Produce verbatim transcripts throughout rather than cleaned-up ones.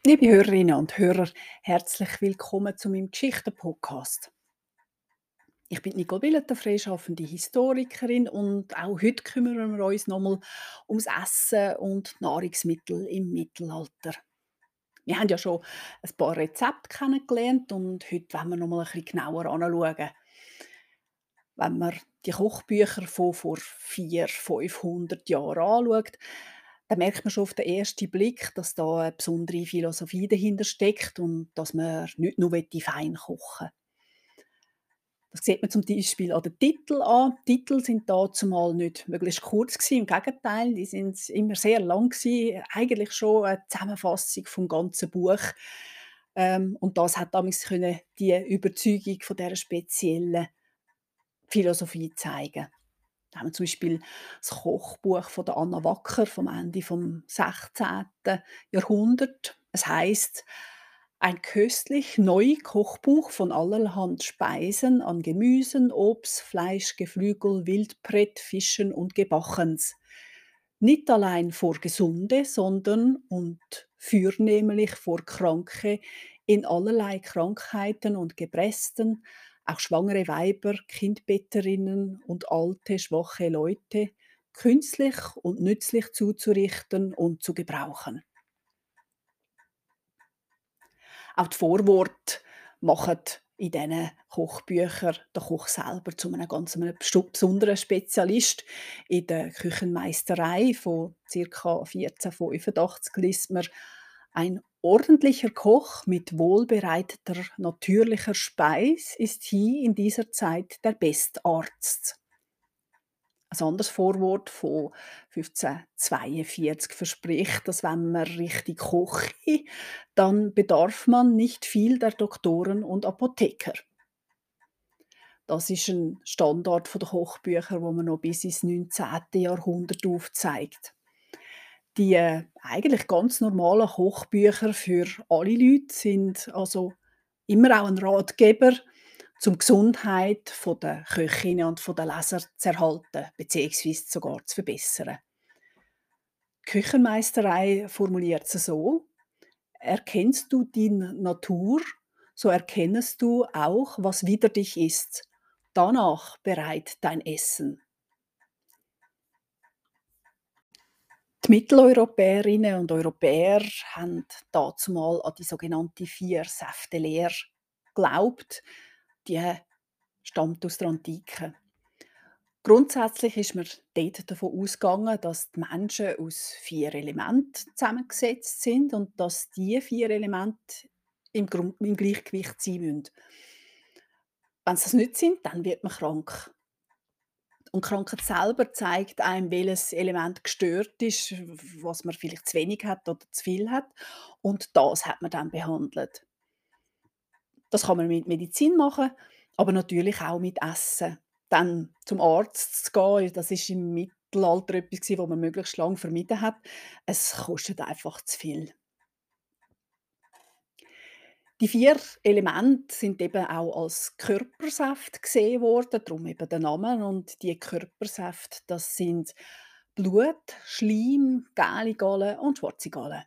Liebe Hörerinnen und Hörer, herzlich willkommen zu meinem Geschichten-Podcast. Ich bin Nicole Billeter, freischaffende Historikerin, und auch heute kümmern wir uns nochmal ums Essen und Nahrungsmittel im Mittelalter. Wir haben ja schon ein paar Rezepte kennengelernt und heute wollen wir nochmal ein bisschen genauer anschauen. Wenn man die Kochbücher von vor vierhundert, fünfhundert Jahren anschaut, dann merkt man schon auf den ersten Blick, dass da eine besondere Philosophie dahinter steckt und dass man nicht nur fein kochen will. Das sieht man zum Beispiel an den Titeln an. Die Titel sind dazumal nicht möglichst kurz gewesen, im Gegenteil, die sind immer sehr lang gewesen, eigentlich schon eine Zusammenfassung vom ganzen Buch. Ähm, und das hat damals können die Überzeugung von dieser speziellen Philosophie zeigen. Da haben wir zum Beispiel das Kochbuch von der Anna Wacker vom Ende vom sechzehnten. Jahrhundert. Es heißt: „Ein köstlich neu Kochbuch von allerhand Speisen an Gemüsen, Obst, Fleisch, Geflügel, Wildbret, Fischen und Gebachens. Nicht allein vor Gesunde, sondern und fürnehmlich vor Kranke in allerlei Krankheiten und Gebresten, auch schwangere Weiber, Kindbetterinnen und alte, schwache Leute, künstlich und nützlich zuzurichten und zu gebrauchen.“ Auch die Vorworte machen in diesen Kochbüchern den Koch selber zu einem ganz einem bestu besonderen Spezialist. In der Küchenmeisterei von ca. vierzehnhundertfünfundachtzig liest man: „Ein ordentlicher Koch mit wohlbereiteter natürlicher Speis ist hie in dieser Zeit der Bestarzt.“ Ein anderes Vorwort von fünfzehnhundertzweiundvierzig verspricht, dass wenn man richtig koche, dann bedarf man nicht viel der Doktoren und Apotheker. Das ist ein Standard von der Kochbücher, wo man noch bis ins neunzehnte. Jahrhundert aufzeigt. Die äh, eigentlich ganz normalen Kochbücher für alle Leute sind also immer auch ein Ratgeber, um die Gesundheit von der Köchinnen und von der Leser zu erhalten beziehungsweise sogar zu verbessern. Die Küchenmeisterei formuliert es so: „Erkennst du die N Natur, so erkennest du auch, was wider dich ist. Danach bereit dein Essen.“ Die Mitteleuropäerinnen und Europäer haben dazumal an die sogenannte Vier-Säfte-Lehre geglaubt. Die stammt aus der Antike. Grundsätzlich ist man dort davon ausgegangen, dass die Menschen aus vier Elementen zusammengesetzt sind und dass diese vier Elemente im Grund im Gleichgewicht sein müssen. Wenn sie das nicht sind, dann wird man krank. Und die Krankheit selber zeigt einem, welches Element gestört ist, w was man vielleicht zu wenig hat oder zu viel hat, und das hat man dann behandelt. Das kann man mit Medizin machen, aber natürlich auch mit Essen. Dann zum Arzt zu gehen, das ist im Mittelalter etwas gewesen, was man möglichst lang vermieden hat. Es kostet einfach zu viel. Die vier Elemente sind eben auch als Körpersäfte gesehen worden, darum eben der Name. Und die Körpersäfte, das sind Blut, Schleim, gelbe Galle und schwarze Galle.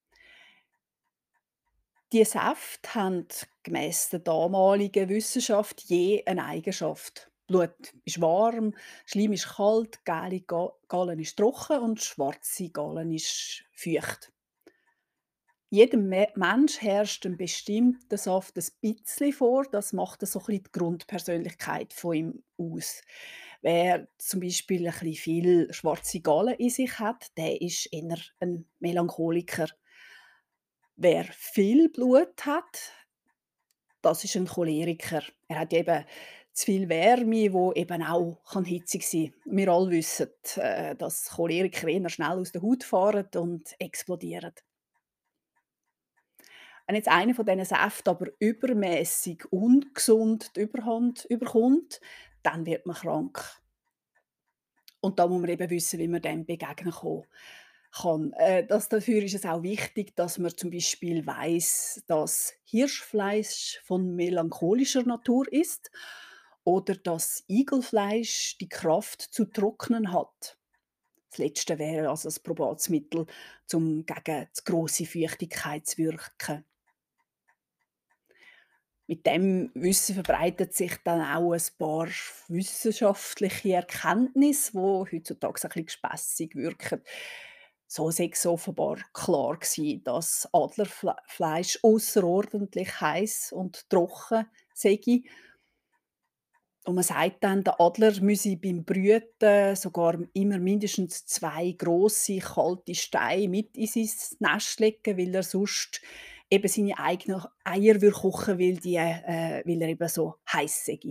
Die Säfte haben gemäss der damaligen Wissenschaft je eine Eigenschaft. Blut ist warm, Schleim ist kalt, gelbe Ga Galle ist trocken und schwarze Galle ist feucht. Jedem Me Mensch herrscht ein bestimmter Saft ein bisschen vor. Das macht so ein bisschen die Grundpersönlichkeit von ihm aus. Wer zum Beispiel ein bisschen viel schwarze Galle in sich hat, der ist eher ein Melancholiker. Wer viel Blut hat, das ist ein Choleriker. Er hat eben zu viel Wärme, wo eben auch kann hitzig sein kann. Wir alle wissen, äh, dass Choleriker eher schnell aus der Haut fahren und explodieren. Wenn jetzt einer von diesen Säften aber übermäßig ungesund die Überhand überkommt, dann wird man krank. Und da muss man eben wissen, wie man dem begegnen kann kann. Äh, das dafür ist es auch wichtig, dass man zum Beispiel weiß, dass Hirschfleisch von melancholischer Natur ist oder dass Igelfleisch die Kraft zu trocknen hat. Das Letzte wäre also das probates Mittel, um gegen die grosse Feuchtigkeit zu wirken. Mit dem Wissen verbreitet sich dann auch ein paar wissenschaftliche Erkenntnisse, die heutzutage ein bisschen gespässig wirken. So sei es offenbar klar gewesen, dass Adlerfleisch außerordentlich heiß und trocken sei. Und man sagt dann, der Adler müsse beim Brüten sogar immer mindestens zwei grosse, kalte Steine mit in sein Nest legen, weil er sonst eben seine eigenen Eier würde kochen will, die, äh, weil er eben so heiß sei.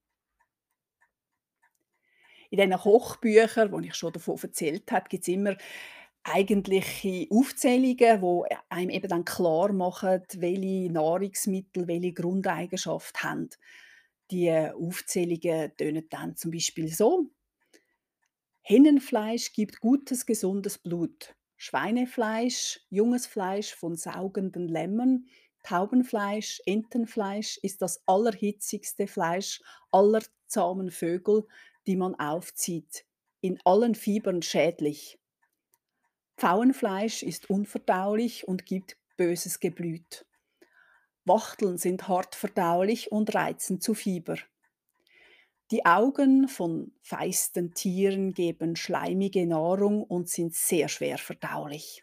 In diesen Kochbüchern, wo ich schon davon erzählt habe, gibt es immer eigentliche Aufzählungen, wo einem eben dann klar machen, welche Nahrungsmittel welche Grundeigenschaft haben. Die Aufzählungen tönen dann zum Beispiel so: Hennenfleisch gibt gutes, gesundes Blut. Schweinefleisch, junges Fleisch von saugenden Lämmern, Taubenfleisch, Entenfleisch ist das allerhitzigste Fleisch aller zahmen Vögel, die man aufzieht, in allen Fibern schädlich. Pfauenfleisch ist unverdaulich und gibt böses Geblüt. Wachteln sind hart verdaulich und reizen zu Fieber. Die Augen von feisten Tieren geben schleimige Nahrung und sind sehr schwer verdaulich.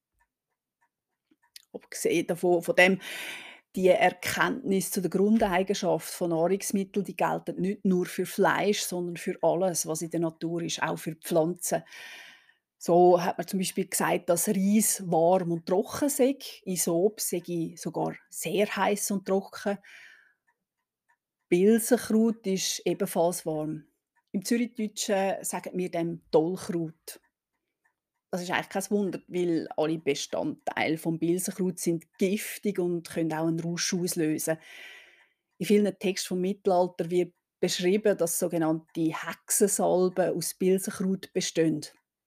Abgesehen davon, von dem, die Erkenntnis zu der Grundeigenschaft von Nahrungsmitteln, die gelten nicht nur für Fleisch, sondern für alles, was in der Natur ist, auch für Pflanzen. So hat man zum Beispiel gesagt, dass Reis warm und trocken sei, Isop sei sogar sehr heiß und trocken. Bilsenkraut ist ebenfalls warm. Im Zürichdeutschen sagen wir dem Tollkraut. Das ist eigentlich kein Wunder, weil alle Bestandteile vom Bilsenkraut sind giftig und können auch einen Rausch auslösen. In vielen Texten vom Mittelalter wird beschrieben, dass sogenannte Hexensalben aus Bilsenkraut bestehen.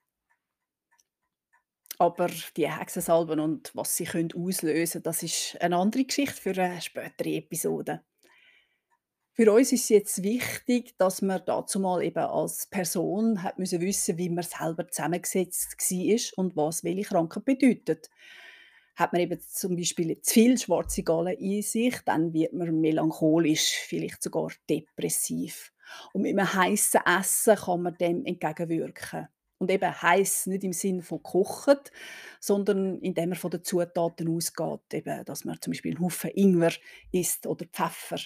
Aber die Hexensalben und was sie können auslösen können, das ist eine andere Geschichte für eine spätere Episode. Für uns ist es jetzt wichtig, dass man dazumal eben als Person hat müssen wissen, wie man selber zusammengesetzt war und was welche Krankheit bedeutet. Hat man eben zum Beispiel zu viel schwarze Galle in sich, dann wird man melancholisch, vielleicht sogar depressiv. Und mit einem heissen Essen kann man dem entgegenwirken. Und eben heiß nicht im Sinn von kochen, sondern indem man von den Zutaten ausgeht, eben, dass man zum Beispiel einen Haufen Ingwer isst oder Pfeffer.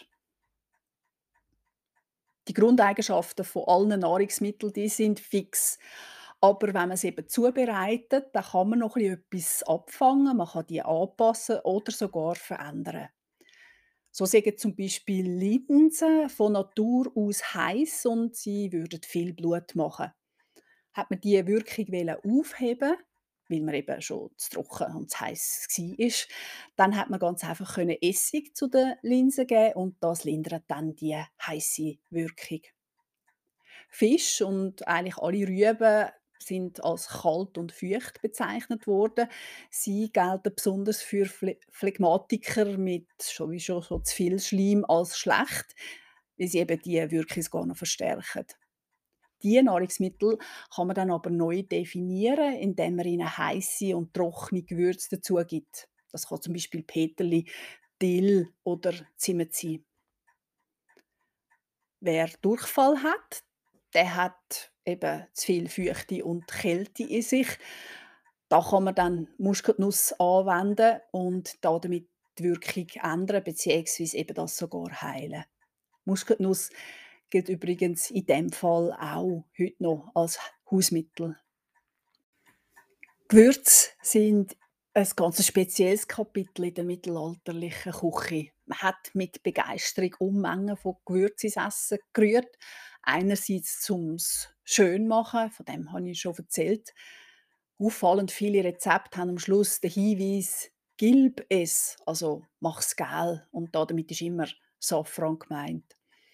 Die Grundeigenschaften von allen Nahrungsmitteln, die sind fix. Aber wenn man sie eben zubereitet, dann kann man noch ein bisschen etwas abfangen, man kann die anpassen oder sogar verändern. So sagen zum Beispiel Linsen von Natur aus heiß und sie würden viel Blut machen. Hat man diese Wirkung wollen aufheben, weil man eben schon zu trocken und zu heiß war, dann hat man ganz einfach können Essig zu den Linsen geben und das lindert dann die heiße Wirkung. Fisch und eigentlich alle Rüben sind als kalt und feucht bezeichnet worden. Sie gelten besonders für Phle Phlegmatiker mit sowieso so zu viel Schleim als schlecht, weil sie eben die Wirkung sogar noch verstärken. Diese Nahrungsmittel kann man dann aber neu definieren, indem man ihnen heisse und trockene Gewürze dazugibt. Das kann zum Beispiel Peterli, Dill oder Zimt sein. Wer Durchfall hat, der hat eben zu viel Feuchte und Kälte in sich. Da kann man dann Muskatnuss anwenden und damit die Wirkung ändern beziehungsweise eben das sogar heilen. Muskatnuss gilt übrigens in dem Fall auch heute noch als Hausmittel. Gewürze sind ein ganz spezielles Kapitel in der mittelalterlichen Küche. Man hat mit Begeisterung Unmengen von Gewürzen ins Essen gerührt. Einerseits ums Schönmachen, von dem habe ich schon erzählt. Auffallend viele Rezepte haben am Schluss den Hinweis «Gilb es», also «mach's gel», und damit ist immer Safran gemeint.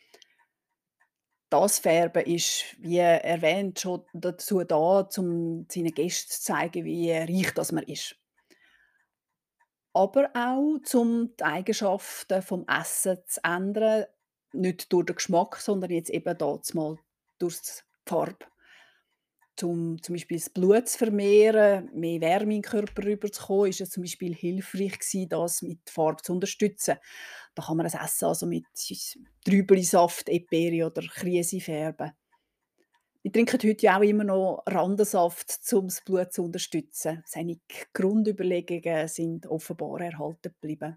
Das Färben ist, wie erwähnt, schon dazu da, um seinen Gästen zu zeigen, wie reich das man ist. Aber auch, um die Eigenschaften vom Essen zu ändern, nicht durch den Geschmack, sondern jetzt eben dazumal durch die Farbe. Um zum Beispiel das Blut zu vermehren, mehr Wärme in den Körper rüberzukommen, ist es zum Beispiel hilfreich gewesen, das mit Farbe zu unterstützen. Da kann man das Essen also mit Trübelisaft, Eperi oder Krise färben. Wir trinken heute ja auch immer noch Randensaft, um das Blut zu unterstützen. Seine Grundüberlegungen sind offenbar erhalten geblieben.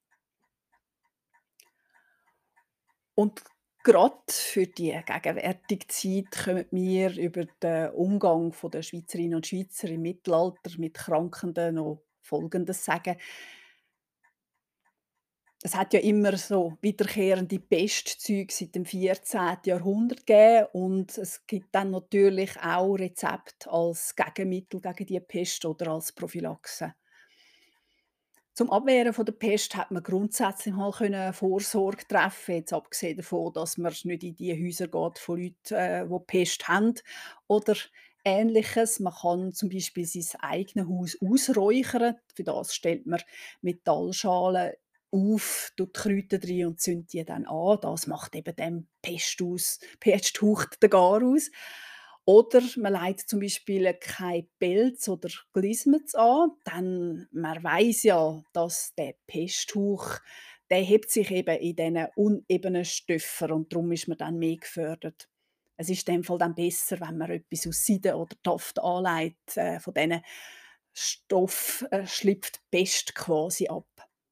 Und gerade für die gegenwärtige Zeit können wir über den Umgang von der Schweizerinnen und Schweizer im Mittelalter mit Krankenden noch Folgendes sagen. Es hat ja immer so wiederkehrende Pestzüge seit dem vierzehnten. Jahrhundert gegeben und es gibt dann natürlich auch Rezepte als Gegenmittel gegen die Pest oder als Prophylaxe. Zum Abwehren von der Pest hat man grundsätzlich mal können Vorsorge treffen, jetzt abgesehen davon, dass man nicht in die Häuser geht von Leuten, äh, die Pest haben oder Ähnliches. Man kann zum Beispiel sein eigenes Haus ausräuchern. Für das stellt man Metallschalen auf, tut Kräuter drin und zündet die dann an. Das macht eben dem Pest aus Pesthauch den Gar aus. Oder man legt zum Beispiel kein Pelz oder Glismets an, denn man weiß ja, dass der Pesthauch, der hebt sich eben in diesen unebenen Stoffen und darum ist man dann mehr gefördert. Es ist in dem Fall dann besser, wenn man etwas aus Seide oder Taft anlegt. Äh, von diesen Stoff äh, schlüpft die Pest quasi ab.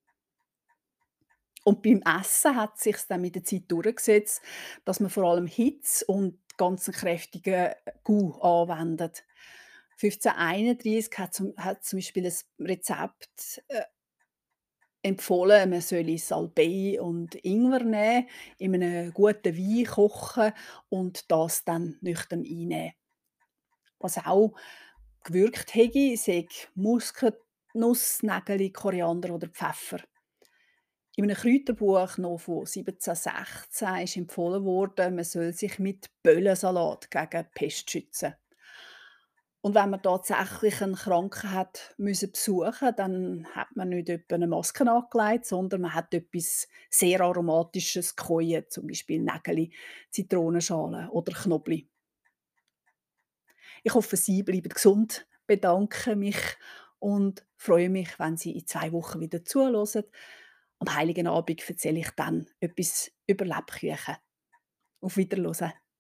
Und beim Essen hat sich's dann mit der Zeit durchgesetzt, dass man vor allem Hitze und ganz 'n kräftigen Goût anwendet. fünfzehnhunderteinunddreissig hat zum hat zum Beispiel ein Rezept, äh, empfohlen, man solle Salbei und Ingwer nehmen, in einem guten Wein kochen und das dann nüchtern einnehmen. Was auch gewirkt hätte, sei Muskatnuss, Nägeli, Koriander oder Pfeffer. In einem Kräuterbuch noch von siebzehnhundertsechzehn ist empfohlen worden, man soll sich mit Böllensalat gegen Pest schützen. Und wenn man tatsächlich einen Kranken hat müssen besuchen, dann hat man nicht etwa 'ne Maske angelegt, sondern man hat etwas sehr Aromatisches gehauen, zum Beispiel Nägeli, Zitronenschale oder Knobli. Ich hoffe, Sie bleiben gesund, bedanke mich und freue mich, wenn Sie in zwei Wochen wieder zuhören. Am Heiligen Abend erzähle ich dann etwas über Lebkuchen. Auf Wiederhören.